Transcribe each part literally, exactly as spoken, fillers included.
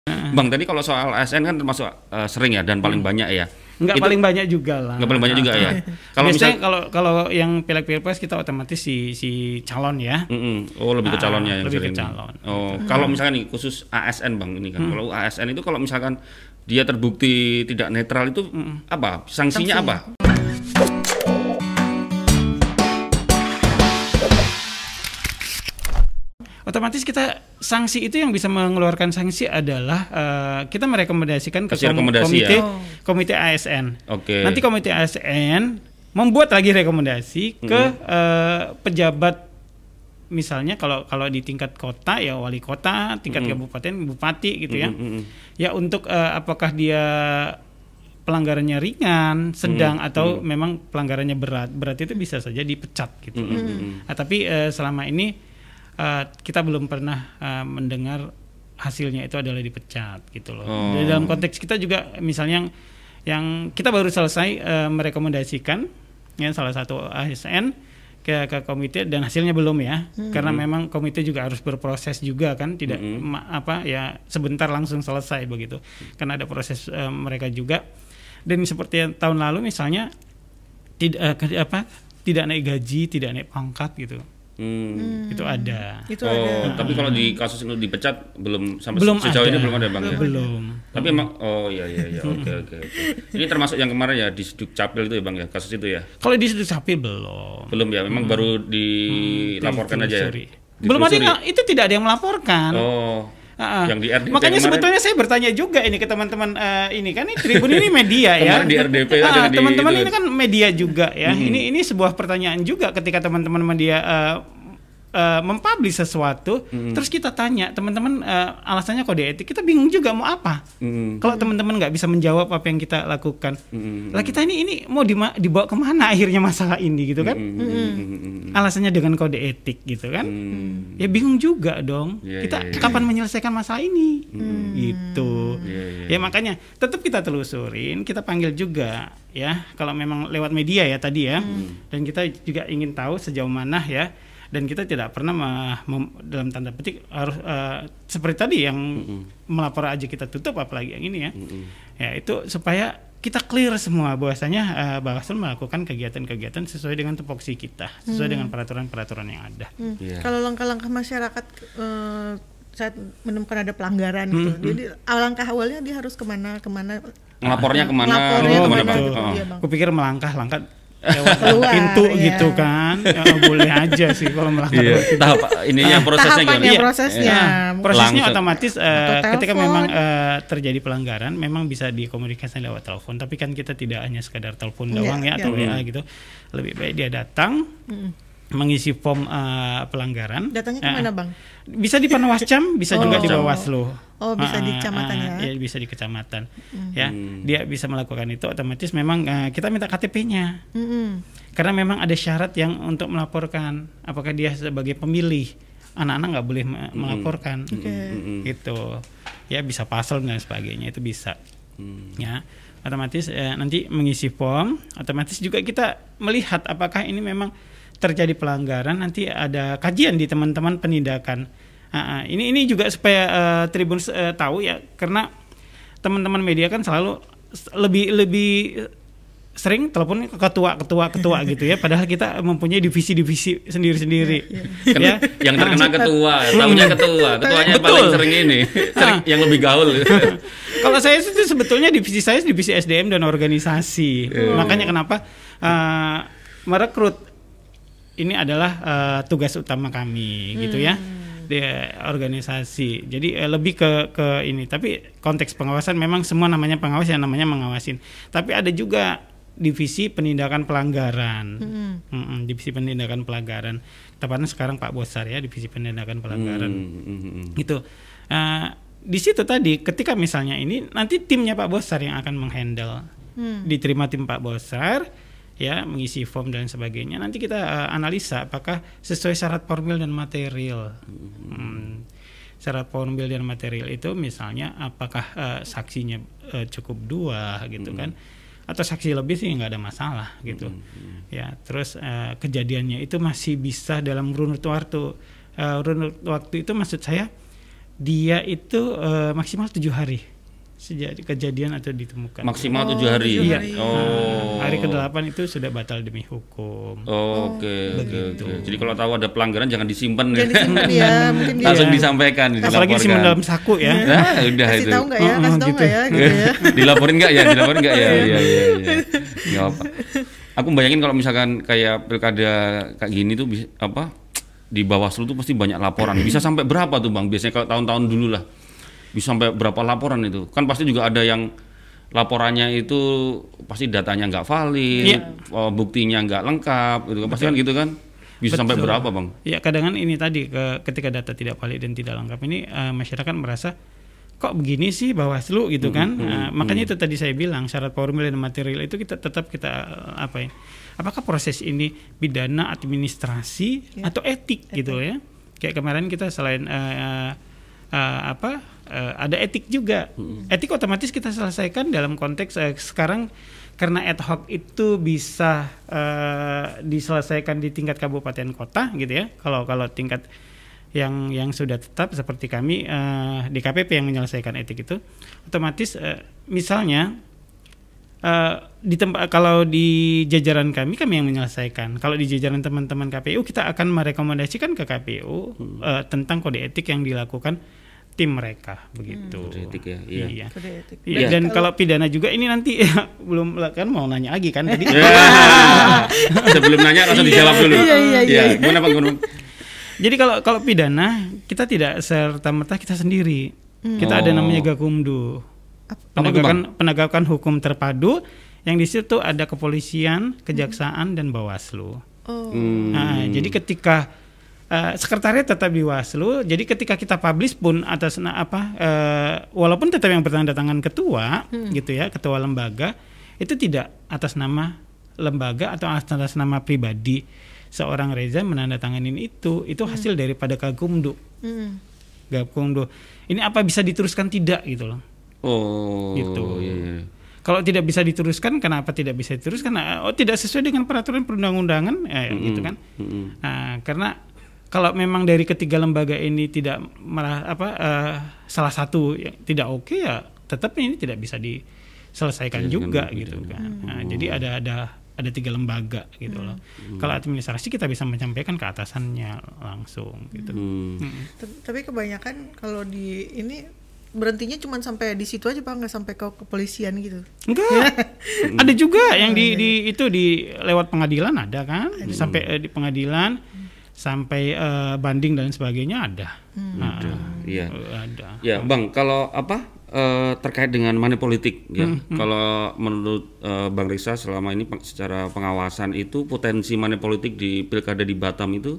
Bang, tadi kalau soal A S N kan termasuk uh, sering ya dan paling hmm. banyak ya. Enggak itu, paling banyak juga lah. Enggak paling banyak juga ya. Kalau misalnya kalau kalau yang pileg pilpres kita otomatis si si calon ya. Mm-mm. Oh, lebih ke calonnya yang lebih sering. ke calon. Oh, hmm. kalau misalkan nih khusus A S N Bang ini kan. Hmm. Kalau A S N itu kalau misalkan dia terbukti tidak netral itu hmm. apa? Sanksinya Sanksi. apa? Otomatis kita sanksi itu yang bisa mengeluarkan sanksi adalah uh, kita merekomendasikan ke kom- komite ya? komite A S N. Okay. Nanti komite A S N membuat lagi rekomendasi mm-hmm. ke uh, pejabat, misalnya kalau kalau di tingkat kota ya wali kota, tingkat mm-hmm. kabupaten bupati gitu ya. Mm-hmm. Ya untuk uh, apakah dia pelanggarannya ringan, sedang mm-hmm. atau mm-hmm. memang pelanggarannya berat. Berat itu bisa saja dipecat gitu. Mm-hmm. Nah, tapi uh, selama ini Uh, kita belum pernah uh, mendengar hasilnya itu adalah dipecat gitu loh. Oh. Dalam konteks kita juga misalnya yang, yang kita baru selesai uh, merekomendasikan ya salah satu A S N ke, ke komite dan hasilnya belum ya, hmm. karena memang komite juga harus berproses juga kan, tidak hmm. ma- apa ya sebentar langsung selesai begitu, karena ada proses uh, mereka juga. Dan seperti yang tahun lalu misalnya tidak uh, apa tidak naik gaji, tidak naik pangkat gitu. Hmm. Itu ada. Itu oh, ada. Tapi kalau di kasus itu dipecat belum sampai belum sejauh ada. ini belum ada Bang ya. Belum. Tapi emang oh iya iya iya oke oke oke. Ini termasuk yang kemarin ya di Dukcapil itu ya Bang ya, kasus itu ya. Kalau di Dukcapil belum. Belum ya, memang hmm. baru dilaporkan hmm. aja ya. Belum ada, itu tidak ada yang melaporkan. Oh. Uh, yang di R D P makanya kemarin, sebetulnya saya bertanya juga ini ke teman-teman uh, ini kan ini Tribun ini media ya. Di R D P uh, di teman-teman itu. Ini kan media juga ya. Hmm. Ini ini sebuah pertanyaan juga ketika teman-teman media uh, Uh, mempublish sesuatu, mm. terus kita tanya teman-teman uh, alasannya kode etik, kita bingung juga mau apa. Mm. Kalau teman-teman nggak bisa menjawab apa yang kita lakukan, mm. lah kita ini ini mau dima- dibawa kemana akhirnya masalah ini gitu kan? Mm. Mm. Alasannya dengan kode etik gitu kan? Mm. Ya bingung juga dong. Yeah, kita yeah, yeah. kapan menyelesaikan masalah ini? Mm. Gitu. Yeah, yeah. Ya makanya tetap kita telusurin, kita panggil juga ya. Kalau memang lewat media ya tadi ya, mm. dan kita juga ingin tahu sejauh mana ya. Dan kita tidak pernah mem, mem, dalam tanda petik harus uh, seperti tadi yang mm-hmm. melapor aja kita tutup, apalagi yang ini ya. Mm-hmm. Ya itu supaya kita clear semua bahwasanya uh, Bawaslu melakukan kegiatan-kegiatan sesuai dengan tupoksi kita, sesuai mm. dengan peraturan-peraturan yang ada. Mm. Yeah. Kalau langkah-langkah masyarakat uh, saat menemukan ada pelanggaran mm-hmm. gitu, jadi alangkah awalnya dia harus kemana kemana? Ngelapornya kemana? Ngelapornya oh, kemana? Gitu. Oh. Iya, Aku pikir melangkah-langkah lewat pintu ya. Gitu kan ya, boleh aja sih kalau melanggar yeah. tahap ini yang prosesnya gimana? Iya. prosesnya yeah. prosesnya Langsung. otomatis uh, ketika memang uh, terjadi pelanggaran memang bisa dikomunikasikan lewat telepon, tapi kan kita tidak hanya sekadar telepon doang yeah, ya atau yeah. W A gitu, lebih baik dia datang mm. mengisi form uh, pelanggaran. Datangnya kemana uh, Bang? Bisa di Panwascam, bisa oh. juga di Bawaslu. Oh, bisa uh, di kecamatan uh, ya? Ya bisa di kecamatan. Mm. Ya, mm. dia bisa melakukan itu. Otomatis memang uh, kita minta K T P-nya. Mm-hmm. Karena memang ada syarat yang untuk melaporkan. Apakah dia sebagai pemilih? Anak-anak nggak boleh mm. melaporkan. Okay. Gitu. Ya bisa pasal dan sebagainya itu bisa. Mm. Ya, otomatis uh, nanti mengisi form. Otomatis juga kita melihat apakah ini memang terjadi pelanggaran, nanti ada kajian di teman-teman penindakan. Uh, ini ini juga supaya uh, Tribun uh, tahu ya, karena teman-teman media kan selalu lebih lebih sering telepon ke ketua-ketua-ketua gitu ya, padahal kita mempunyai divisi-divisi sendiri-sendiri. Ya, yang terkena ketua, tahunya ketua, ketuanya Betul. paling sering ini, sering yang lebih gaul. Kalau saya itu sebetulnya divisi saya divisi S D M dan organisasi, yeah. makanya kenapa uh, merekrut ini adalah uh, tugas utama kami, hmm. gitu ya, di organisasi. Jadi uh, lebih ke ke ini. Tapi konteks pengawasan memang semua namanya pengawas, yang namanya mengawasin. Tapi ada juga divisi penindakan pelanggaran, hmm. Hmm, divisi penindakan pelanggaran. Tepatnya sekarang Pak Bosar ya, divisi penindakan pelanggaran. Hmm. Gitu. Uh, di situ tadi, ketika misalnya ini nanti timnya Pak Bosar yang akan menghandle, hmm. diterima tim Pak Bosar. Ya, mengisi form dan sebagainya. Nanti kita uh, analisa apakah sesuai syarat formil dan material. Hmm, syarat formil dan material itu misalnya apakah uh, saksinya uh, cukup dua gitu kan, atau saksi lebih sih nggak ada masalah gitu. Ya, terus uh, kejadiannya itu masih bisa dalam runut waktu. Uh, runut waktu itu maksud saya dia itu uh, maksimal tujuh hari sejak kejadian atau ditemukan. Maksimal Oh, tujuh hari. tujuh Iya. hari. Oh. Nah, hari kedelapan itu sudah batal demi hukum. Oh, Oke, oke, oke. Jadi kalau tahu ada pelanggaran jangan disimpan. Jangan disimpan ya, mungkin dia Langsung Iya. disampaikan, Apalagi disimpan dilaporkan. dalam saku ya. Nah, udah kasih itu. tahu nggak ya, Oh, kasih tahu gitu. nggak ya, gitu ya. Dilaporin nggak ya? Dilaporin nggak ya? Iya, iya, iya. Nggak apa. Aku bayangin kalau misalkan kayak pilkada kayak gini tuh bisa apa? Di Bawaslu tuh pasti banyak laporan. Bisa sampai berapa tuh Bang? Biasanya kalau tahun-tahun dulu lah. Bisa sampai berapa laporan itu? Kan pasti juga ada yang laporannya itu pasti datanya nggak valid, Iya. oh, buktinya nggak lengkap, gitu kan? Pasti kan gitu kan? Bisa sampai Betul. berapa Bang? Ya kadang-kadang ini tadi ke, ketika data tidak valid dan tidak lengkap ini uh, masyarakat merasa kok begini sih Bawaslu gitu kan. Hmm, Nah, hmm, makanya hmm. itu tadi saya bilang syarat formil dan material itu kita tetap kita uh, apa ya? Apakah proses ini pidana, administrasi Ya. atau etik, gitu ya? Kayak kemarin kita selain uh, uh, uh, apa? Uh, ada etik juga. Hmm. Etik otomatis kita selesaikan dalam konteks uh, sekarang karena ad hoc itu bisa uh, diselesaikan di tingkat kabupaten kota gitu ya. Kalau kalau tingkat yang yang sudah tetap seperti kami uh, di K P P yang menyelesaikan etik itu, otomatis uh, misalnya uh, di tempat kalau di jajaran kami kami yang menyelesaikan. Kalau di jajaran teman-teman K P U kita akan merekomendasikan ke K P U Hmm. uh, tentang kode etik yang dilakukan tim mereka begitu. Kode etik ya, iya. Iya. Kode etik. Iya, dan kalau pidana juga ini nanti belum kan mau nanya lagi kan tadi. Ya. Sebelum nanya langsung dijawab dulu. Iya, iya, iya. Ya, gimana Pak Guru? Jadi kalau kalau pidana kita tidak serta merta kita sendiri. Kita ada Oh. namanya Gakumdu. Apa tuh, Penegakan penegakan hukum terpadu yang di situ ada kepolisian, kejaksaan dan Bawaslu. Oh. Hmm. Nah, jadi ketika uh, sekretariat tetap di Bawaslu, jadi ketika kita publish pun atas na- apa uh, walaupun tetap yang bertanda tangan ketua gitu ya, ketua lembaga itu tidak atas nama lembaga atau atas nama pribadi seorang Reza menandatanganin itu, itu hasil daripada Gakumdu. Hmm. Gakumdu. Ini apa bisa diteruskan tidak gitu loh. Oh, Gitu. iya, iya. Kalau tidak bisa diteruskan, kenapa tidak bisa diteruskan? Nah, oh tidak sesuai dengan peraturan perundang-undangan, eh, Mm-mm. gitu kan? Mm-mm. Nah, karena kalau memang dari ketiga lembaga ini tidak merah, apa eh, salah satu yang tidak oke ya, tetap ini tidak bisa diselesaikan Diselesaikan juga juga. gitu kan. Nah, jadi ada ada ada tiga lembaga gitu loh. Kalau administrasi kita bisa menyampaikan ke atasannya langsung gitu. Hmm. Mm. T- Tapi kebanyakan kalau di ini berhentinya cuma sampai di situ aja Pak, nggak sampai ke kepolisian gitu. Enggak. Ada juga yang di, di itu di lewat pengadilan ada kan? Sampai eh, di pengadilan sampai eh, banding dan sebagainya ada. Nah, Ada, iya. eh, ada. Ya, Bang, kalau apa eh, terkait dengan money politik ya. Kalau menurut eh, Bang Risa selama ini peng- secara pengawasan itu potensi money politik di pilkada di Batam itu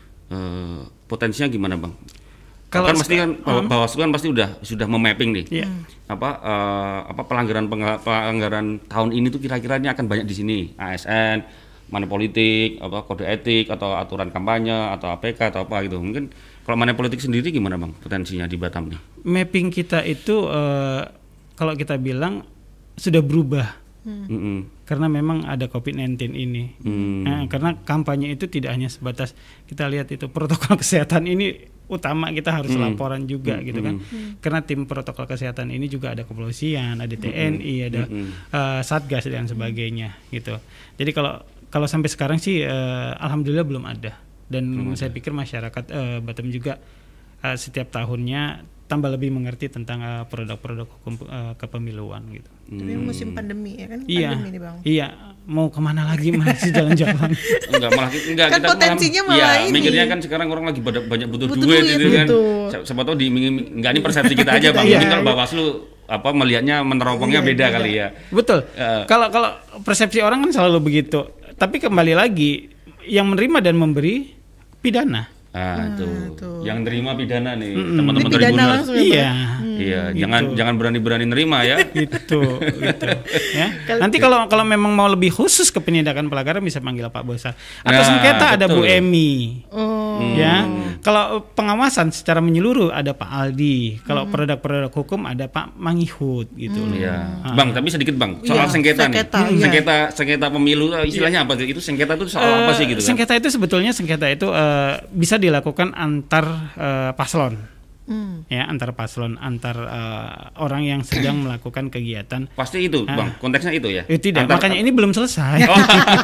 eh, potensinya gimana, Bang? Kalau kan pasti kan seka- Bawaslu kan pasti udah sudah memapping nih. Iya. Apa eh, apa pelanggaran pengga- pelanggaran tahun ini tuh kira-kira ini akan banyak di sini. A S N, money politik, apa kode etik atau aturan kampanye atau A P K atau apa gitu. Mungkin kalau money politik sendiri gimana, Bang, potensinya di Batam nih? Mapping kita itu eh, kalau kita bilang sudah berubah Mm-mm. karena memang ada covid sembilan belas ini. Hmm. Nah, karena kampanye itu tidak hanya sebatas kita lihat itu protokol kesehatan ini utama, kita harus Hmm. laporan juga Hmm. gitu kan. Karena tim protokol kesehatan ini juga ada kepolisian, ada T N I, ada Hmm. eh, Satgas dan sebagainya gitu. Jadi kalau kalau sampai sekarang sih eh, alhamdulillah belum ada. Dan saya pikir masyarakat eh, Batam juga eh, setiap tahunnya tambah lebih mengerti tentang eh, produk-produk hukum eh, kepemiluan gitu. Tapi musim pandemi ya kan? Iya, Pandemi nih Bang. iya. Mau kemana lagi masih jalan-jalan? Enggak malah enggak Kan kita potensinya malah iya, ini. mikirnya kan sekarang orang lagi pada banyak butuh, Butuh duit, duit, gitu kan. betul. Siapa- Siapa tahu di enggak ini persepsi kita aja, Bang. Iya, Mungkin kalau iya. Bawaslu apa melihatnya meneropongnya Iya, beda beda. kali ya. Betul. Eh. Kalau kalau persepsi orang kan selalu begitu. Tapi kembali lagi, yang menerima dan memberi pidana. Ah, tuh. tuh. Yang nerima pidana nih, Ini teman-teman pidana tribuners. langsung ya, Iya. Iya, jangan jangan berani-berani nerima ya. Gitu, gitu. Ya. Nanti kalau kalau memang mau lebih khusus ke penindakan pelanggaran bisa panggil Pak Bosar. Atau Nah, sengketa ada Bu betul. Emi. Oh. Ya, kalau pengawasan secara menyeluruh ada Pak Aldi. Kalau produk-produk hukum ada Pak Mangihut gitu loh. Iya. Ah. Bang, tapi sedikit Bang, soal Iya, sengketa, sengketa, nih. iya. Sengketa sengketa pemilu istilahnya apa? Itu sengketa itu soal apa Eh, sih gitu kan? Sengketa itu sebetulnya sengketa itu eh, bisa dilakukan antar eh, paslon. Hmm. Ya, antar paslon, antar uh, orang yang sedang melakukan kegiatan. Pasti itu, Bang. Konteksnya itu ya. Eh, tidak, antar, makanya ini belum selesai. Oh.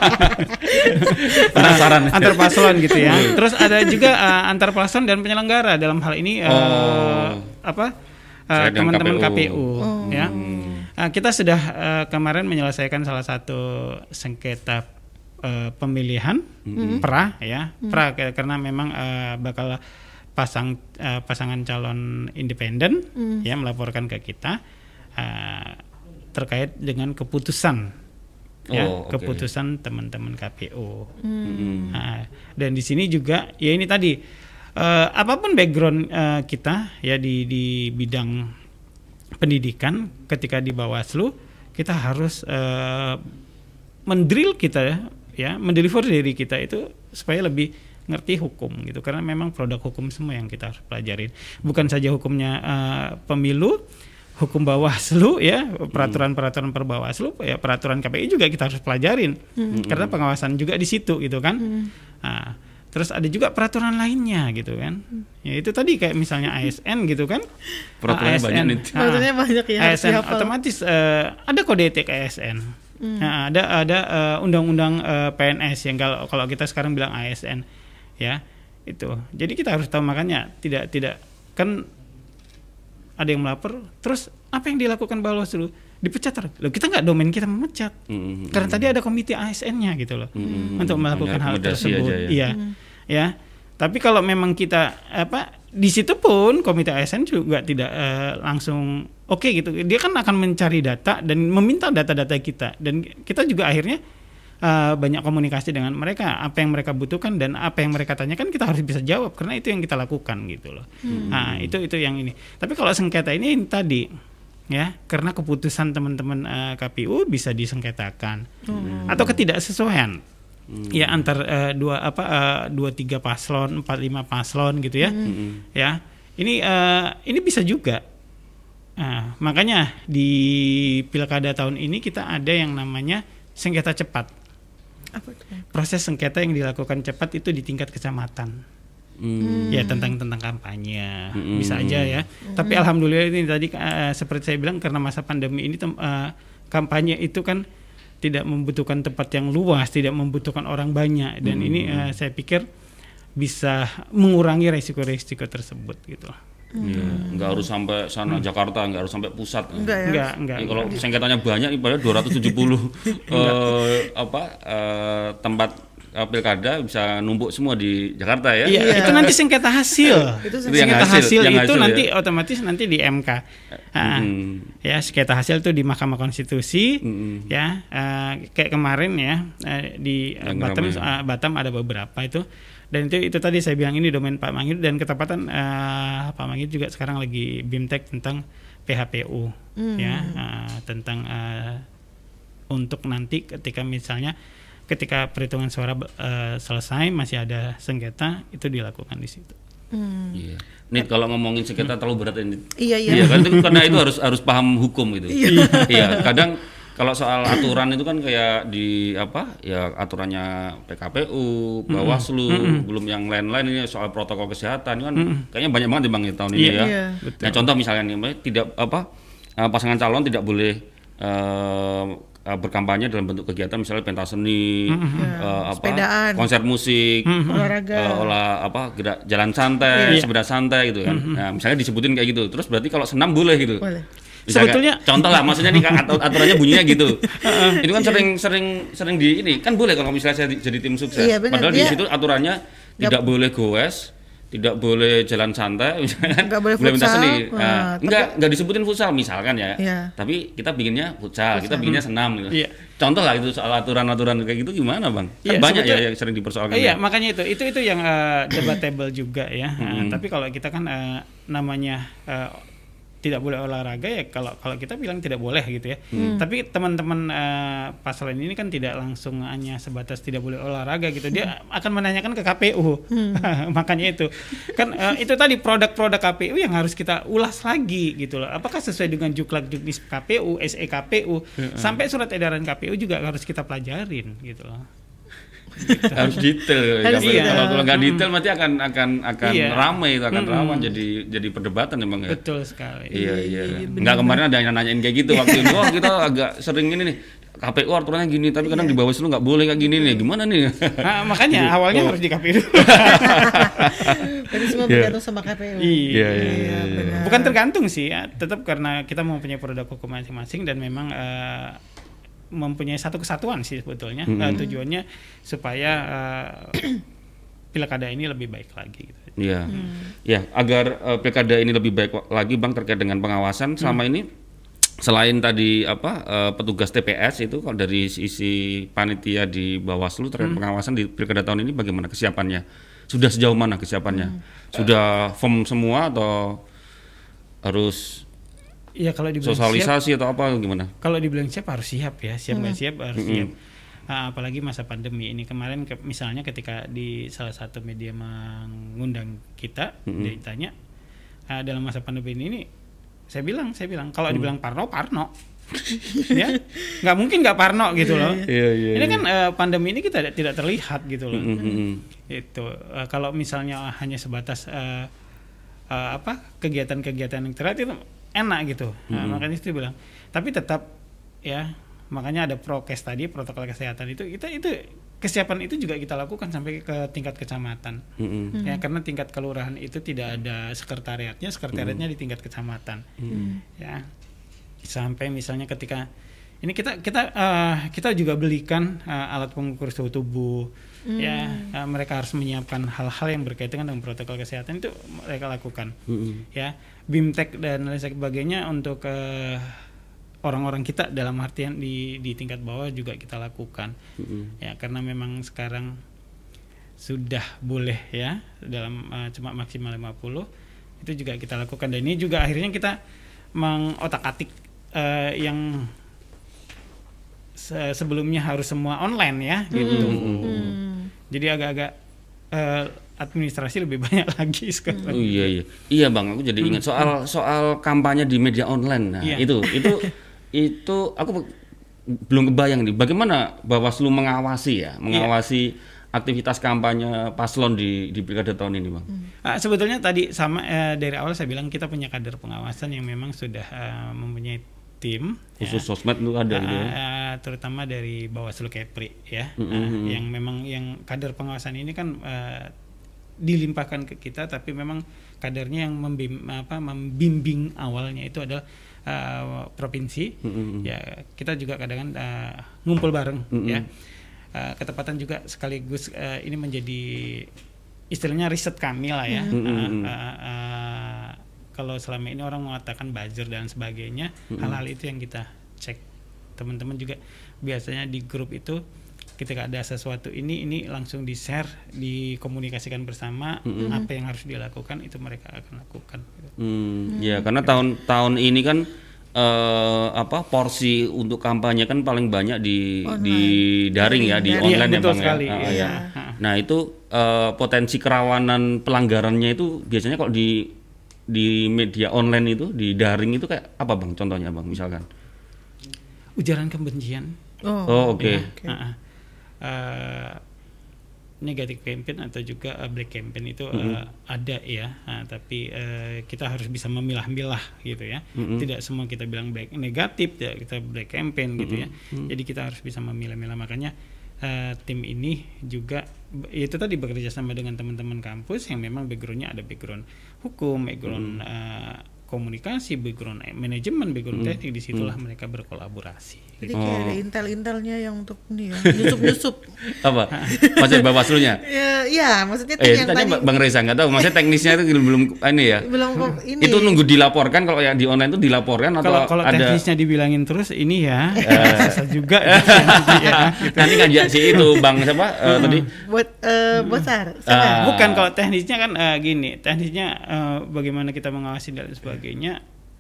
Penasaran. Antar paslon gitu ya. Terus ada juga uh, antar paslon dan penyelenggara dalam hal ini uh, oh. apa? Uh, teman-teman K P U, K P U oh. ya. Uh, kita sudah uh, kemarin menyelesaikan salah satu sengketa uh, pemilihan mm-hmm. P R A ya. Mm-hmm. P R A karena memang uh, bakal pasang uh, pasangan calon independen mm. ya melaporkan ke kita uh, terkait dengan keputusan oh, ya okay. keputusan teman-teman K P U mm. uh, dan di sini juga ya ini tadi uh, apapun background uh, kita ya di di bidang pendidikan ketika di Bawaslu kita harus uh, mendrill kita ya, ya mendeliver diri kita itu supaya lebih ngerti hukum gitu karena memang produk hukum semua yang kita harus pelajarin bukan saja hukumnya uh, pemilu hukum Bawaslu ya peraturan-peraturan per Bawaslu ya peraturan K P U juga kita harus pelajarin hmm. karena pengawasan juga di situ gitu kan hmm. nah, terus ada juga peraturan lainnya gitu kan ya itu tadi kayak misalnya A S N gitu kan peraturannya A S N, banyak nih peraturannya banyak ya A S N otomatis uh, ada kode etik A S N hmm. nah, ada ada uh, undang-undang uh, P N S yang kalau kalau kita sekarang bilang A S N ya itu jadi kita harus tahu makanya tidak tidak kan ada yang melapor terus apa yang dilakukan Bawaslu dipecat terus loh kita nggak domain kita memecat mm-hmm. karena tadi ada komite A S N-nya gitu loh mm-hmm. untuk melakukan hal tersebut aja, ya. iya mm-hmm. ya tapi kalau memang kita apa di situ pun komite A S N juga tidak uh, langsung oke okay, gitu dia kan akan mencari data dan meminta data-data kita dan kita juga akhirnya Uh, banyak komunikasi dengan mereka apa yang mereka butuhkan dan apa yang mereka tanyakan kita harus bisa jawab karena itu yang kita lakukan gitu loh. Hmm. Nah itu itu yang ini. Tapi kalau sengketa ini tadi ya karena keputusan teman-teman uh, K P U bisa disengketakan hmm. atau ketidaksesuaian hmm. ya antar uh, dua apa uh, dua tiga paslon empat lima paslon gitu ya hmm. ya ini uh, ini bisa juga. Nah, makanya di pilkada tahun ini kita ada yang namanya sengketa cepat. Apa itu? Proses sengketa yang dilakukan cepat itu di tingkat kecamatan. Hmm. Ya tentang tentang kampanye hmm. bisa aja ya. Hmm. Tapi alhamdulillah ini tadi uh, seperti saya bilang karena masa pandemi ini uh, kampanye itu kan tidak membutuhkan tempat yang luas, tidak membutuhkan orang banyak dan hmm. ini uh, saya pikir bisa mengurangi resiko-resiko tersebut gitu. Ya, hmm. nggak harus sampai sana hmm. Jakarta, nggak harus sampai pusat. Enggak, ya? enggak, enggak. Kalau sengketanya banyak, ibaratnya dua ratus tujuh puluh eh, apa eh, tempat eh, pilkada bisa numpuk semua di Jakarta ya. Iya, iya. Itu nanti sengketa hasil. itu sengketa hasil, hasil itu hasil, nanti ya? Otomatis nanti di M K. Nah, hmm. Ya sengketa hasil itu di Mahkamah Konstitusi. Hmm. Ya, uh, kayak kemarin ya uh, di uh, Batam, uh, Batam ada beberapa itu. Dan itu itu tadi saya bilang ini domain Pak Manggil dan ketepatan uh, Pak Manggil juga sekarang lagi bimtek tentang P H P U mm. ya uh, tentang uh, untuk nanti ketika misalnya ketika perhitungan suara uh, selesai masih ada sengketa itu dilakukan di situ. Hmm. Iya. Nih kalau ngomongin sengketa hmm. terlalu berat ini. Iya iya. Iya kan itu karena itu harus harus paham hukum gitu. Iya. Iya. Kadang kalau soal aturan itu kan kayak di apa ya aturannya P K P U, Bawaslu, mm-hmm. belum yang lain-lain ini soal protokol kesehatan kan mm-hmm. kayaknya banyak banget bang tahun ini yeah, ya. Yeah. Nah contoh misalnya nih tidak apa pasangan calon tidak boleh uh, berkampanye dalam bentuk kegiatan misalnya pentas seni, mm-hmm. uh, apa sepedaan, konser musik, mm-hmm. olahraga, uh, olah apa gerak jalan santai, yeah. sepeda santai gitu kan. Mm-hmm. Nah misalnya disebutin kayak gitu. Terus berarti kalau senam boleh gitu. Boleh. Misalkan, sebetulnya contoh lah maksudnya nih kan aturannya bunyinya gitu. Itu kan sering sering sering di ini kan boleh kalau misalnya saya jadi tim sukses. Iya, benar. Padahal Dia di situ aturannya gak tidak boleh goes, tidak boleh jalan santai misalkan. Enggak boleh futsal. Minta seni. Nah, nah, enggak enggak disebutin futsal misalkan ya. Iya. Tapi kita bikinnya futsal, futsal. Kita bikinnya senam gitu. Iya. Contoh lah itu soal aturan-aturan kayak gitu gimana, Bang? Kan iya, banyak ya yang sering dipersoalkan. Iya, ya. makanya itu. Itu itu yang uh, debatable juga ya. Hmm. Uh, tapi kalau kita kan uh, namanya uh, tidak boleh olahraga ya kalau kalau kita bilang tidak boleh gitu ya. Hmm. Tapi teman-teman uh, paslon ini kan tidak langsung hanya sebatas tidak boleh olahraga gitu. Dia hmm. akan menanyakan ke K P U. Hmm. Makanya itu. Kan uh, itu tadi produk-produk K P U yang harus kita ulas lagi gitu loh. Apakah sesuai dengan Juklak Juknis K P U, S E K P U, hmm. sampai surat edaran K P U juga harus kita pelajarin gitu loh. Harus detail. Harus Kalau- detail. Kalau kalau nggak detail nanti akan akan akan Iya. ramai itu akan Mm-mm. rawan jadi jadi perdebatan emang ya. Betul sekali. Iya iya. iya, Enggak kemarin ada yang nanyain kayak gitu waktu itu. Oh kita agak sering ini nih. K P U aturannya gini, tapi kadang di Bawaslu nggak boleh kayak gini nih. Gimana nih? Nah, makanya awalnya harus di K P U. Jadi semua Iya. bergantung sama K P U. Iya, iya, iya, benar. Bukan tergantung sih, ya. Tetap karena kita mempunyai produk hukum masing-masing dan memang eh, mempunyai satu kesatuan sih sebetulnya. Mm-hmm. Eh, tujuannya supaya eh, pilkada ini lebih baik lagi. Gitu. Iya. Ya, agar uh, pilkada ini lebih baik wa- lagi Bang terkait dengan pengawasan selama ini selain tadi apa uh, petugas T P S itu kalau dari sisi panitia di Bawaslu terkait pengawasan di pilkada tahun ini bagaimana kesiapannya? Sudah sejauh mana kesiapannya? Sudah firm semua atau harus Iya kalau dibilang siap, sosialisasi atau apa gimana? kalau dibilang siap harus siap ya, siap nggak siap harus siap. Ah, apalagi masa pandemi ini kemarin ke- misalnya ketika di salah satu media mengundang kita ditanya ah, dalam masa pandemi ini, ini saya bilang saya bilang kalau dibilang Parno Parno ya nggak mungkin nggak Parno gitu loh. Iya iya. Ini kan eh, pandemi ini kita tidak terlihat gitu loh. Mm-mm. Itu eh, kalau misalnya hanya sebatas eh, eh, apa kegiatan-kegiatan yang terlihat itu enak gitu. Nah, makanya itu bilang. Tapi tetap ya makanya ada prokes tadi, protokol kesehatan itu kita itu kesiapan itu juga kita lakukan sampai ke tingkat kecamatan. Mm-mm. Ya karena tingkat kelurahan itu tidak ada sekretariatnya, sekretariatnya di tingkat kecamatan. Ya. Sampai misalnya ketika ini kita kita eh, kita juga belikan eh, alat pengukur suhu tubuh. Ya, eh, mereka harus menyiapkan hal-hal yang berkaitan dengan protokol kesehatan itu mereka lakukan. Mm-mm. Ya, BIMTEK dan lain sebagainya untuk eh, orang-orang kita dalam artian di di tingkat bawah juga kita lakukan. Mm-mm. Ya, karena memang sekarang sudah boleh ya dalam eh, cuma maksimal lima puluh itu juga kita lakukan dan ini juga akhirnya kita mengotak-atik eh, yang se- sebelumnya harus semua online ya gitu. Hmm. Jadi agak-agak eh, administrasi lebih banyak lagi sekarang. Oh iya iya. Iya Bang, aku jadi ingat soal soal kampanye di media online. Nah, Iya. itu itu itu aku be- belum kebayang nih bagaimana Bawaslu mengawasi ya, mengawasi aktivitas kampanye paslon di di pilkada tahun ini, Bang. Ah, sebetulnya tadi sama eh, dari awal saya bilang kita punya kader pengawasan yang memang sudah eh, mempunyai tim Khusus ya. sosmed itu ada gitu ya. Ah, terutama dari Bawaslu Kepri ya. Mm-mm. Ah, yang memang yang kader pengawasan ini kan eh, dilimpahkan ke kita tapi memang kadernya yang membim, apa, membimbing awalnya itu adalah uh, provinsi. Mm-mm. Ya kita juga kadang-kadang uh, ngumpul bareng Mm-mm. ya. Uh, ketepatan juga sekaligus uh, ini menjadi istilahnya riset kami lah ya. Mm-mm. Uh, uh, uh, kalau selama ini orang mengatakan buzzer dan sebagainya, Mm-mm. hal-hal itu yang kita cek. Teman-teman juga biasanya di grup itu ketika ada sesuatu ini ini langsung di share, dikomunikasikan bersama Mm-mm. apa yang harus dilakukan itu mereka akan lakukan. Hmm, ya karena tahun tahun ini kan eh, apa porsi untuk kampanye kan paling banyak di Online. di daring ya, di Daring. online Iya, ya betul Bang sekali, ya. Ah, iya. ya. Ah. Nah, itu eh, potensi kerawanan pelanggarannya itu biasanya kalau di di media online itu, di daring itu kayak apa Bang contohnya Bang misalkan? Ujaran kebencian. Oh, Oh, oke. Ya, Oke. ah, ah. Eh, negatif campaign atau juga uh, black campaign itu uh, Mm-mm. ada ya, ah, tapi uh, kita harus bisa memilah-milah gitu ya. Mm-mm. Tidak semua kita bilang black negatif, ya kita black campaign gitu ya. Mm-mm. Jadi kita harus bisa memilah-milah. Makanya uh, tim ini juga itu tadi bekerja sama dengan teman-teman kampus yang memang backgroundnya ada background hukum, background uh, komunikasi, background manajemen, background Mm. teknik. Disitulah mereka berkolaborasi. Jadi kayak ada Oh. intel-intelnya yang untuk ini ya, nyusup-nyusup. Apa? Masih Bawaslu-nya? ya, ya, maksudnya Eh, tim itu yang tadi tadi Bang Reza nggak tahu, maksudnya teknisnya itu belum ini ya. belum kok ini. Itu nunggu dilaporkan kalau yang di online itu dilaporkan atau Kalau kalau ada teknisnya dibilangin terus ini ya susah juga gitu ya. Gitu. nanti ngajak si itu Bang siapa eh, tadi buat eh bosar. Ah. Salah. Bukan kalau teknisnya kan eh, gini, teknisnya eh, bagaimana kita mengawasi dan sebagainya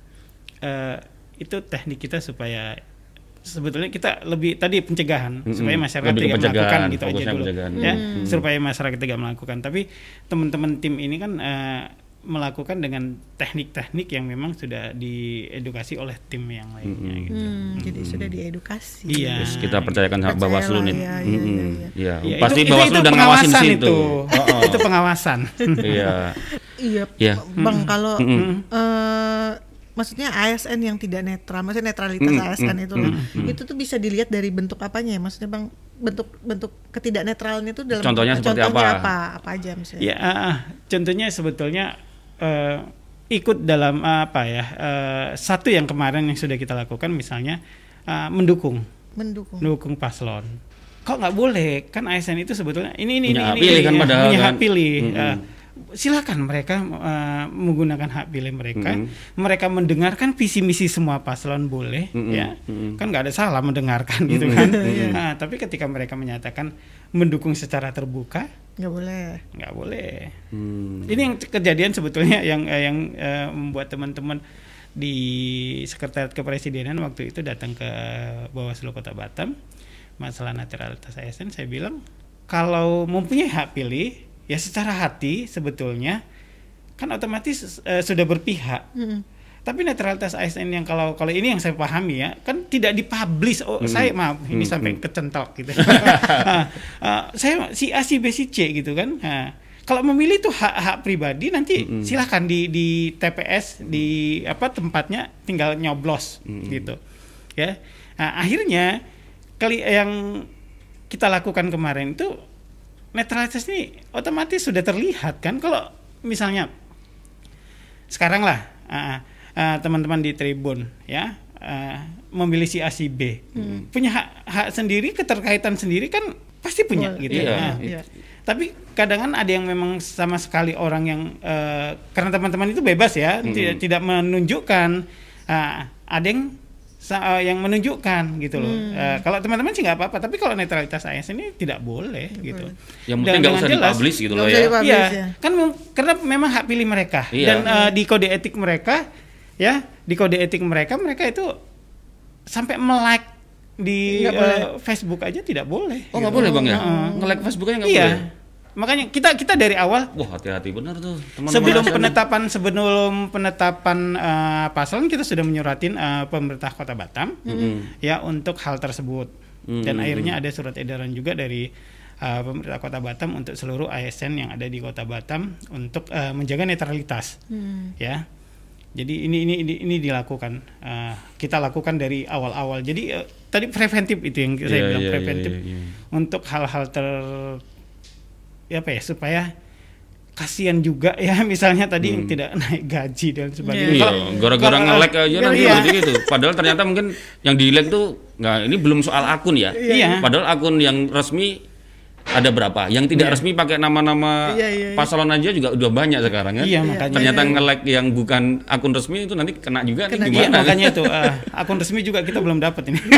eh, itu teknik kita supaya sebetulnya kita lebih tadi pencegahan Mm-mm. supaya masyarakat Lebih ke tidak pencegahan, melakukan gitu aja fokusnya dulu pencegahan. ya Hmm. supaya masyarakat tidak melakukan. Tapi teman-teman tim ini kan eh, melakukan dengan teknik-teknik yang memang sudah diedukasi oleh tim yang lainnya Mm-mm. gitu. Hmm, jadi sudah diedukasi. Iya. Terus kita percayakan sama Bawaslu nih. Percayalah, iya, iya, Mm-mm. iya, iya. Iya, Ya, pasti itu- Bawaslu itu udah ngawasin di pengawasan situ. itu. Oh, oh. Itu pengawasan. Iya. Iya, Iya. Bang, kalau Mm-mm. eh, maksudnya A S N yang tidak netral, maksudnya netralitas Mm, A S N mm, itu loh, mm, mm. itu tuh bisa dilihat dari bentuk apanya ya, maksudnya Bang, bentuk bentuk ketidaknetralan itu dalam Contohnya seperti contohnya apa? apa? Apa aja misalnya? Ya, uh, contohnya sebetulnya uh, ikut dalam uh, apa ya? Uh, satu yang kemarin yang sudah kita lakukan misalnya uh, mendukung, Mendukung. mendukung paslon. Kok nggak boleh? Kan A S N itu sebetulnya ini ini Punya hak ini, pilih ini kan ya, padahal punya hak kan. pilih. Mm-mm. Uh, silakan mereka uh, menggunakan hak pilih mereka. Mm-mm. Mereka mendengarkan visi misi semua paslon boleh, Mm-mm. ya. Mm-mm. Kan nggak ada salah mendengarkan gitu Mm-mm. kan. Mm-mm. Nah, tapi ketika mereka menyatakan mendukung secara terbuka, Nggak boleh. nggak boleh. Hmm. Ini yang kejadian sebetulnya yang eh, yang eh, membuat teman-teman di Sekretariat Kepresidenan waktu itu datang ke Bawaslu Kota Batam masalah netralitas A S N. Saya bilang kalau mempunyai hak pilih ya secara hati sebetulnya kan otomatis eh, sudah berpihak. Mm-mm. Tapi netralitas A S N yang kalau kalau ini yang saya pahami ya kan tidak dipublish. Oh, Hmm. saya maaf ini Hmm, sampai hmm. kecentok gitu. Nah, uh, saya si A si B si C gitu kan. Nah, kalau memilih itu hak-hak pribadi nanti Hmm. silahkan di di T P S di apa tempatnya tinggal nyoblos Hmm. gitu. Ya. Nah, akhirnya kali yang kita lakukan kemarin itu netralitas ini otomatis sudah terlihat kan kalau misalnya sekarang lah uh, uh, teman-teman di Tribun ya uh, memilih si A si B Hmm. punya hak, hak sendiri, keterkaitan sendiri kan pasti punya Boleh. gitu Iya, ya. Nah, iya. tapi kadang kan ada yang memang sama sekali orang yang uh, karena teman-teman itu bebas ya Hmm. tidak tidak menunjukkan uh, ada yang sa- uh, yang menunjukkan gitu loh. Hmm. Uh, kalau teman-teman sih nggak apa-apa, tapi kalau netralitas A S N ini tidak boleh Tidak gitu. boleh. Yang Dan penting nggak dengan usah jelas, dipublish gitu nggak loh usah ya. dipublish. Iya, ya. kan mem- karena memang hak pilih mereka Iya. dan uh, di kode etik mereka ya, di kode etik mereka mereka itu sampai melike di Nggak boleh. uh, Facebook aja tidak boleh. Oh nggak gitu. boleh bang ya? Heeh. Nge-like Facebooknya nggak Iya. boleh? Makanya kita kita dari awal Wah hati-hati benar tuh. Teman-teman sebelum A S N. penetapan sebelum penetapan uh, paslon kita sudah menyuratin uh, pemerintah Kota Batam Mm-mm. ya untuk hal tersebut. Dan Hmm. akhirnya ada surat edaran juga dari uh, pemerintah Kota Batam untuk seluruh A S N yang ada di Kota Batam untuk uh, menjaga netralitas. Hmm. Ya. Jadi ini ini ini, ini dilakukan uh, kita lakukan dari awal-awal. Jadi uh, tadi preventif itu yang saya Iya, bilang iya, preventif iya, iya. untuk hal-hal ter ya apa ya supaya kasihan juga ya misalnya tadi yang Hmm. tidak naik gaji dan sebagainya. Iya, Iya, Kalau- gara-gara kalau, nge-like uh, aja iya. nanti seperti gitu. Padahal ternyata mungkin yang di-like tuh nggak, ini belum soal akun ya. Iya. Padahal akun yang resmi ada berapa? Yang tidak Iya. resmi pakai nama-nama Iya, iya, iya. paslon aja juga udah banyak sekarang kan. Iya, makanya. Ternyata Iya, iya. nge-like yang bukan akun resmi itu nanti kena juga Kena nih Iya, gimana? makanya itu uh, akun resmi juga kita belum dapat ini.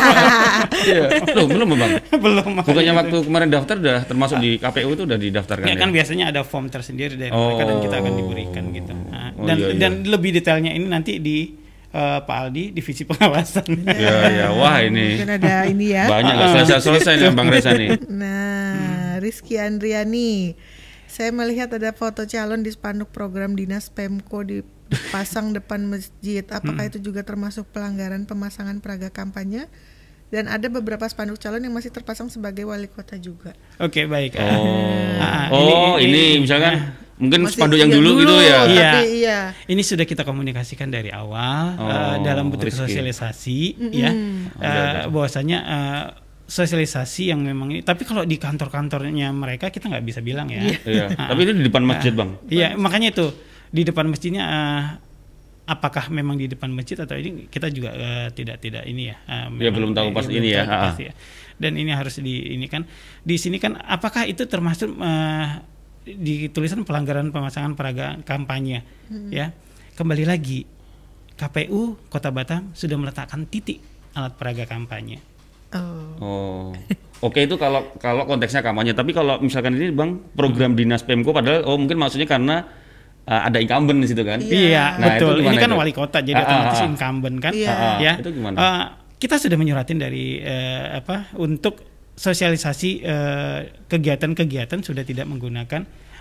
Iya. Loh, belum Bang. belum. makanya Bukannya itu. waktu kemarin daftar udah termasuk di K P U itu udah didaftarkan Ya ya? kan biasanya ada form tersendiri dari mereka dan kita akan diberikan gitu. Nah, Oh, dan iya, iya. dan lebih detailnya ini nanti di uh, Pak Aldi divisi pengawasan. Iya, iya. Wah, ini Mungkin ada ini ya. banyak nggak selesai-selesai nih Bang Reza nih. Nah, Rizky Andriani, saya melihat ada foto calon di spanduk program dinas Pemko dipasang depan masjid. Apakah itu juga termasuk pelanggaran pemasangan peraga kampanye? Dan ada beberapa spanduk calon yang masih terpasang sebagai wali kota juga. Oke, baik. Oh, Ah, oh ini- ini, ini- misalkan ah. mungkin Masih- spanduk yang iya, dulu, gitu ya. Tapi Iya. iya. Ini sudah kita komunikasikan dari awal Oh, uh, dalam bentuk Rizky. sosialisasi Mm-mm. ya, Oke, uh, oke. bahwasanya uh, sosialisasi yang memang ini. Tapi kalau di kantor-kantornya mereka kita nggak bisa bilang ya. Iya. Ah, Tapi ini di depan masjid Bang. Iya, makanya itu di depan masjidnya uh, apakah memang di depan masjid atau ini kita juga uh, tidak tidak ini ya. Uh, Ya, memang- belum tahu pas belum ini ya. tahu Ah. pasti ya. Dan ini harus di ini kan di sini kan apakah itu termasuk uh, di tulisan pelanggaran pemasangan peraga kampanye ya. Kembali lagi K P U Kota Batam sudah meletakkan titik alat peraga kampanye. Oh. Oh. Oke itu kalau kalau konteksnya kampanye, tapi kalau misalkan ini Bang program dinas Pemko padahal oh mungkin maksudnya karena uh, ada incumbent di situ kan. Iya. Iya, Nah, betul. itu Ini gimana kan itu? wali kota jadi Ah, otomatis ah, ah. incumbent kan. Iya. Ah, ah. Ya. Itu gimana? Eh, kita sudah menyuratin dari eh, apa untuk sosialisasi eh, kegiatan-kegiatan sudah tidak menggunakan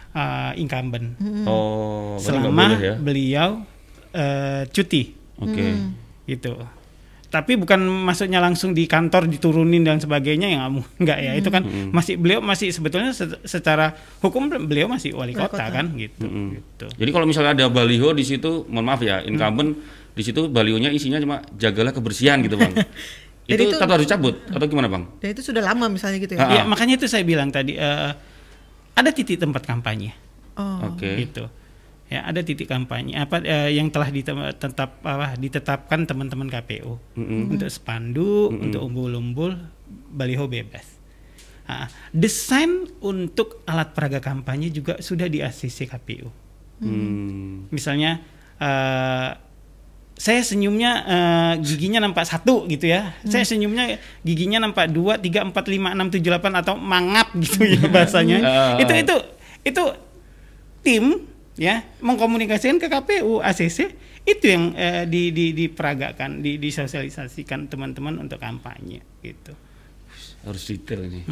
uh, incumbent Oh, berarti nggak selama boleh ya? beliau uh, cuti Oke. gitu. Tapi bukan maksudnya langsung di kantor diturunin dan sebagainya, ya nggak ya. Itu kan masih beliau masih sebetulnya se- secara hukum beliau masih wali Wali kota, kota. kan gitu. Mm-mm. gitu. Jadi kalau misalnya ada baliho di situ, mohon maaf ya, incumbent di situ balionya isinya cuma jagalah kebersihan gitu bang. Jadi itu itu- tetap harus cabut atau gimana bang? Dan itu sudah lama misalnya gitu ya. Ah. Ya makanya itu saya bilang tadi uh, ada titik tempat kampanye Oh. Oke. gitu. Ya ada titik kampanye apa uh, yang telah ditem- tetap apa ditetapkan teman-teman K P U Mm-mm. untuk spanduk, Mm-mm. untuk umbul-umbul, baliho bebas. Nah, desain untuk alat peraga kampanye juga sudah di A C C K P U. Hmm. Misalnya uh, saya senyumnya uh, giginya nampak satu gitu ya. Saya senyumnya giginya nampak dua, tiga, empat, lima, enam, tujuh, delapan atau mangap gitu ya bahasanya. Ah. Itu itu itu tim ya mengkomunikasikan ke K P U A C C itu yang uh, di, di diperagakan, di disosialisasikan teman-teman untuk kampanye gitu. Harus detail ini.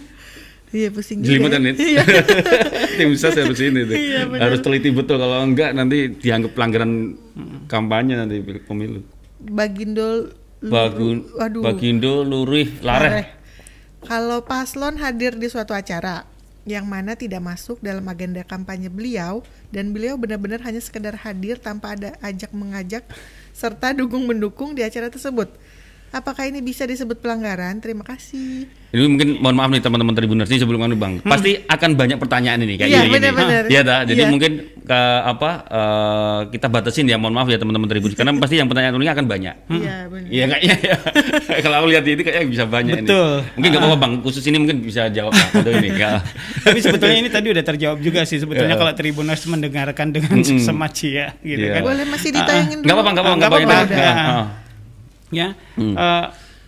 Iya pusing Jelimet juga. kan ya. ini. Iya. Tim ses harus ini tuh. Iya, benar. Harus teliti betul, kalau enggak nanti dianggap pelanggaran kampanye nanti pemilu. Bagindo lu- Bagun, waduh. Bagindo Lurih Lareh. Lareh. Kalau paslon hadir di suatu acara yang mana tidak masuk dalam agenda kampanye beliau dan beliau benar-benar hanya sekedar hadir tanpa ada ajak mengajak serta dukung mendukung di acara tersebut. Apakah ini bisa disebut pelanggaran? Terima kasih. Ini mungkin mohon maaf nih teman-teman Tribuners ini sebelum anu Bang. Pasti akan banyak pertanyaan ini kayak Iya, gini. benar-benar. Iya dah. Jadi Iya. mungkin ke apa eh, kita batasin ya, mohon maaf ya teman-teman Tribuners karena pasti yang pertanyaan ini akan banyak. Iya benar. Iya kayaknya ya. Kalau aku lihat ini kayaknya bisa banyak Betul. ini. Mungkin nggak apa-apa Bang, khusus ini mungkin bisa jawab Bang, atau ini enggak. Tapi sebetulnya ini tadi udah terjawab juga sih sebetulnya Ya. kalau Tribuners mendengarkan dengan Mm-mm. semaci ya gitu Iya. kan. Boleh masih ditayangin dulu. Enggak apa-apa, enggak apa-apa, Nggak enggak apa-apa, apa-apa. udah. Ah, ah. Ya. Hmm. eh,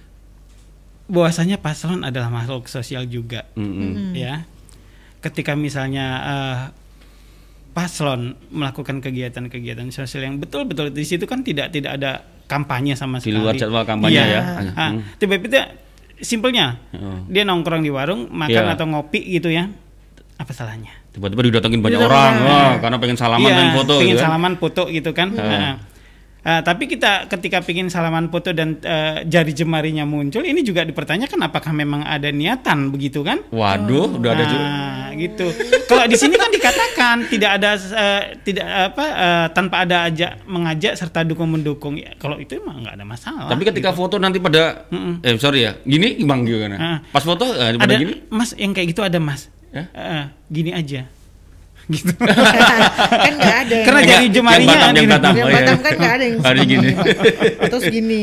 bahwasanya paslon adalah makhluk sosial juga. Mm-mm. Ya, ketika misalnya uh, paslon melakukan kegiatan-kegiatan sosial yang betul-betul di situ kan tidak tidak ada kampanye sama Di sekali. luar jadwal kampanye Iya. ya. Ah, Hmm. tiba-tiba simpelnya Oh. dia nongkrong di warung makan Iya. atau ngopi gitu ya, apa salahnya? Tiba-tiba didatengin banyak Didatengin. orang, wah, karena pengen salaman Iya, dan foto pengen gitu kan. salaman foto gitu kan. Hmm. Nah, ah, tapi kita ketika pengen salaman foto dan eh, jari jemarinya muncul, ini juga dipertanyakan apakah memang ada niatan begitu kan? Waduh, udah ada juga. Nah, gitu. Kalau di sini kan dikatakan tidak ada eh, tidak apa eh, tanpa ada ajak mengajak serta dukung mendukung. Ya, kalau itu emang nggak ada masalah. Tapi ketika gitu. foto nanti pada Mm-mm. eh sorry ya, gini Bang gimana? Ah. Pas foto eh, pada ada gini? Mas yang kayak gitu ada Mas. Ya? Eh, gini aja. Gitu. Kan nggak ada. yang- Karena Enggak, jari yang jemarinya Batam, yang gini. Batam. Yang Oh, iya. Batam kan nggak ada yang Hari gini. Terus gini.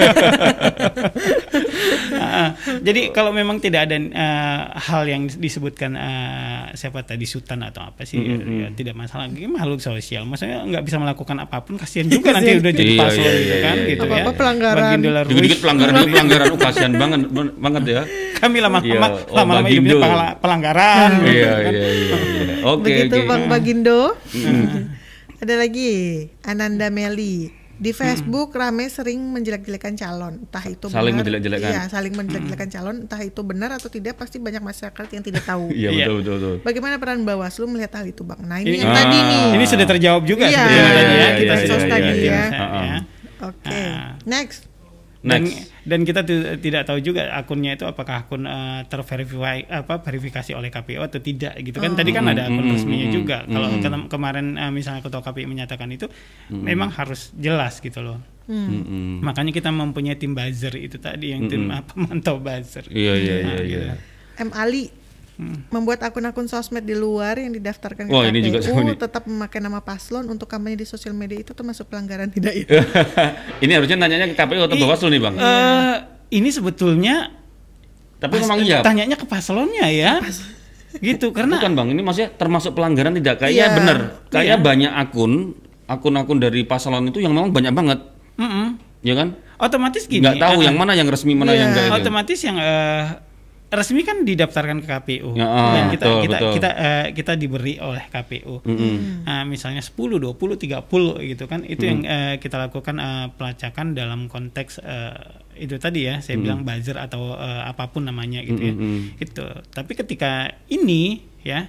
Ah, jadi kalau memang tidak ada eh, hal yang disebutkan eh, siapa tadi Sultan atau apa sih, Mm-mm. ya, tidak masalah. Ini makhluk sosial, maksudnya nggak bisa melakukan apapun, kasihan juga nanti udah jadi Iya, paslon iya, gitu iya, kan, iya, gitu iya. ya. Apa-apa pelanggaran. Bagindo Larus. Dikit-dikit pelanggaran itu pelanggaran oh, kasihan banget banget ya. Kami lama-lama Iya, oh, lama-lama hidupnya Bagindo. pengala- pelanggaran. gitu Iya kan. iya iya iya. Oke Begitu oke. Bang Bagindo. Ada lagi Ananda Meli. Di Facebook rame sering menjelek-jelekan calon, entah itu Saling benar. menjelek-jelekan. Iya, saling menjelek-jelekan calon, entah itu benar atau tidak, pasti banyak masyarakat yang tidak tahu. Iya Iya. betul betul betul. Bagaimana peran Bawaslu melihat hal itu, Bang? Nah, ini Ini- yang Ah. tadi nih. Ini sudah terjawab juga Iya, sebetulnya iya, tadi ya. iya, Kita iya, sudah iya, tadi iya, ya. iya. ya. Oke. Ah. Next. Dan, Next. dan kita tu- tidak tahu juga akunnya itu apakah akun eh, terverifikasi apa verifikasi oleh K P U atau tidak gitu kan. Oh. Tadi kan ada akun Mm, resminya mm, juga. mm, Kalau mm. ke- kemarin eh, misalnya ketua K P U menyatakan itu memang harus jelas gitu loh. Hmm. Mm-mm. Makanya kita mempunyai tim buzzer itu tadi yang tim Mm-mm. apa pemantau buzzer. Iya iya iya Nah, iya. gitu. M Ali membuat akun-akun sosmed di luar yang didaftarkan ke Wah, K P U ini juga seru nih. tetap memakai nama paslon untuk kampanye di sosial media itu termasuk pelanggaran tidak ya? Ini harusnya nanyanya ke K P U atau I- Bawaslu nih Bang. Eh, ini sebetulnya Tapi pas- memang iya. tanyanya ke paslonnya ya. Gitu karena Bukan Bang, ini maksudnya termasuk pelanggaran tidak? Kayaknya Iya. bener. Kayak Iya. banyak akun, akun-akun dari paslon itu yang memang banyak banget, mm-mm. ya kan? otomatis gini. Nggak tahu eh, yang mana yang resmi mana Iya. yang enggak itu. otomatis yang eh, resmi kan didaftarkan ke K P U Ya, dan ah, kita betul, kita betul. kita eh, kita diberi oleh K P U. Mm-mm. Nah, misalnya sepuluh, dua puluh, tiga puluh gitu kan. Itu yang eh, kita lakukan eh, pelacakan dalam konteks eh, itu tadi ya, saya bilang buzzer atau eh, apapun namanya gitu ya. Mm-mm. Itu. Tapi ketika ini ya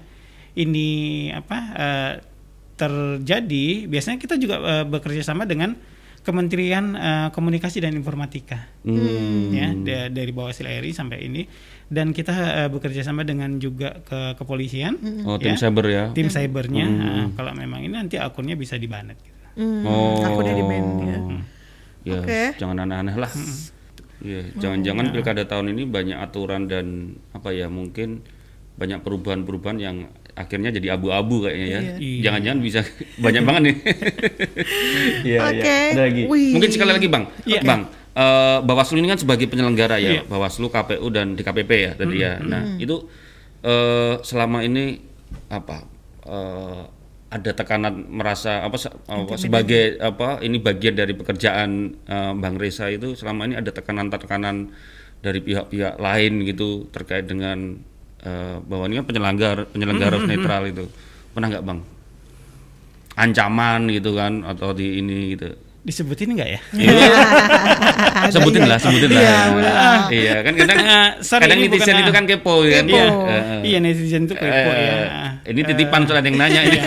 ini apa uh, terjadi, biasanya kita juga uh, bekerja sama dengan Kementerian uh, Komunikasi dan Informatika, Hmm. ya da- dari Bawaslu R I sampai ini, dan kita uh, bekerja sama dengan juga ke kepolisian, Oh, tim ya, cyber ya. tim cybernya. Hmm. uh, kalau memang ini nanti akunnya bisa dibanet. Gitu. Hmm, Oh. akunnya di ban ya. Ya, Oke. jangan aneh-aneh lah. Ya, jangan-jangan pilkada tahun ini banyak aturan dan apa ya, mungkin banyak perubahan-perubahan yang akhirnya jadi abu-abu kayaknya ya. Iya. Jangan-jangan bisa banyak banget nih. Iya, iya. Oke. Ada lagi. Wih. Mungkin sekali lagi, Bang. Iya. Bang, eh, Bawaslu ini kan sebagai penyelenggara ya, Iya. Bawaslu, K P U dan D K P P ya tadi ya. Nah, itu eh, selama ini apa eh, ada tekanan merasa apa, se- apa sebagai apa ini bagian dari pekerjaan eh, Bang Reza itu, selama ini ada tekanan-tekanan dari pihak-pihak lain gitu terkait dengan eh, bahwa ini kan penyelenggara penyelenggara harus netral itu, pernah nggak Bang ancaman gitu kan atau di ini gitu? Disebutin nggak ya? Sebutin lah, sebutin lah. Iya, Iya kan kadang Ah, sorry, kadang ini netizen bukan, itu kan kepo kan. Kepo. Iya, Eh, iya netizen itu kepo eh, ya. Ini titipan soal ada yang nanya ini.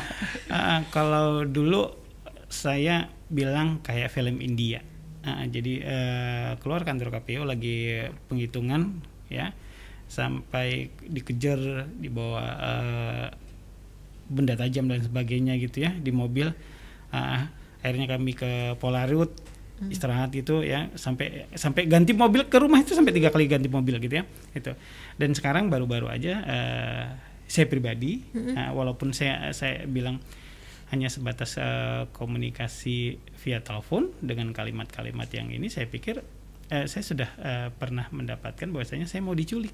Ah, kalau dulu saya bilang kayak film India. Ah, jadi eh, keluar kantor K P U lagi penghitungan ya, sampai dikejar dibawa eh, benda tajam dan sebagainya gitu ya di mobil. Ah, akhirnya kami ke Polarut istirahat gitu ya, sampai sampai ganti mobil ke rumah itu sampai tiga kali ganti mobil gitu ya itu. Dan sekarang baru-baru aja eh, saya pribadi, eh, walaupun saya saya bilang hanya sebatas eh, komunikasi via telepon dengan kalimat-kalimat yang ini, saya pikir eh, saya sudah eh, pernah mendapatkan bahwasanya saya mau diculik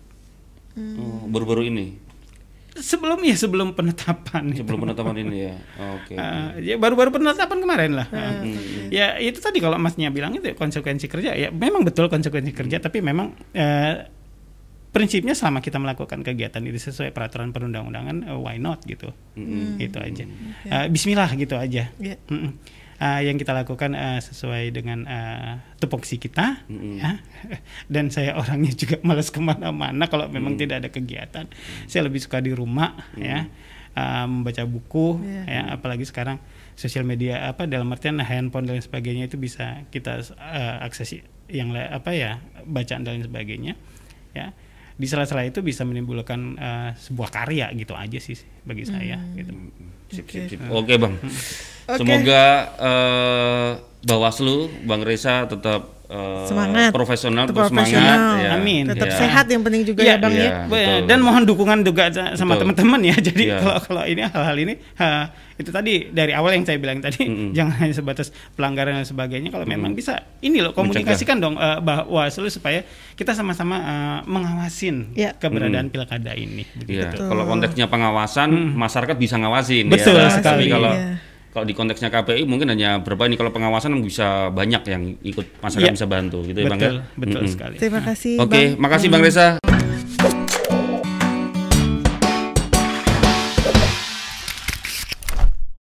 Oh, baru-baru ini sebelum ya sebelum penetapan itu. sebelum penetapan ini ya. Oke. Uh, ya baru-baru penetapan kemarin lah. Uh, ya itu tadi kalau Masnya bilang itu konsekuensi kerja, ya memang betul konsekuensi kerja, tapi memang uh, prinsipnya selama kita melakukan kegiatan itu sesuai peraturan perundang-undangan, uh, why not gitu. Mm-mm. Gitu aja. Uh, Bismillah gitu aja. Iya. Mm-mm. Uh, yang kita lakukan uh, sesuai dengan uh, tupoksi kita, Mm-mm. ya. Dan saya orangnya juga malas kemana-mana kalau memang Mm. tidak ada kegiatan. Saya lebih suka di rumah, ya, uh, membaca buku, Yeah. ya. Apalagi sekarang sosial media apa dalam artian handphone dan sebagainya itu bisa kita uh, akses yang la- apa ya bacaan dan sebagainya, ya. Di sela-sela itu bisa menimbulkan uh, sebuah karya gitu aja sih bagi saya, gitu. Sip, sip, Oke. sip. Oke Bang. Oke. Semoga eh, Bawaslu, Bang Reza tetap eh, Semangat. profesional, Tetap terus semangat. profesional. Ya. Amin. Tetap Ya. sehat yang penting juga Iya, ya Bang iya. ya. Be- betul. Dan mohon dukungan juga sama Betul. teman-teman ya. Jadi Iya. kalau kalau ini hal-hal ini ha, itu tadi dari awal yang saya bilang tadi, Mm-mm. jangan hanya sebatas pelanggaran dan sebagainya. Kalau memang bisa ini loh komunikasikan dong uh, bahwa selalu supaya kita sama-sama uh, mengawasin Iya. keberadaan pilkada ini. Iya, Begitu. kalau konteksnya pengawasan, masyarakat bisa ngawasin. Betul ya. sekali. Tapi kalau Iya. kalau di konteksnya K P I mungkin hanya berapa ini, kalau pengawasan bisa banyak yang ikut, masyarakat Iya. bisa bantu gitu ya Bang Betul, ya. betul Mm-mm. sekali. Terima kasih Oke, Bang. makasih Bang Reza.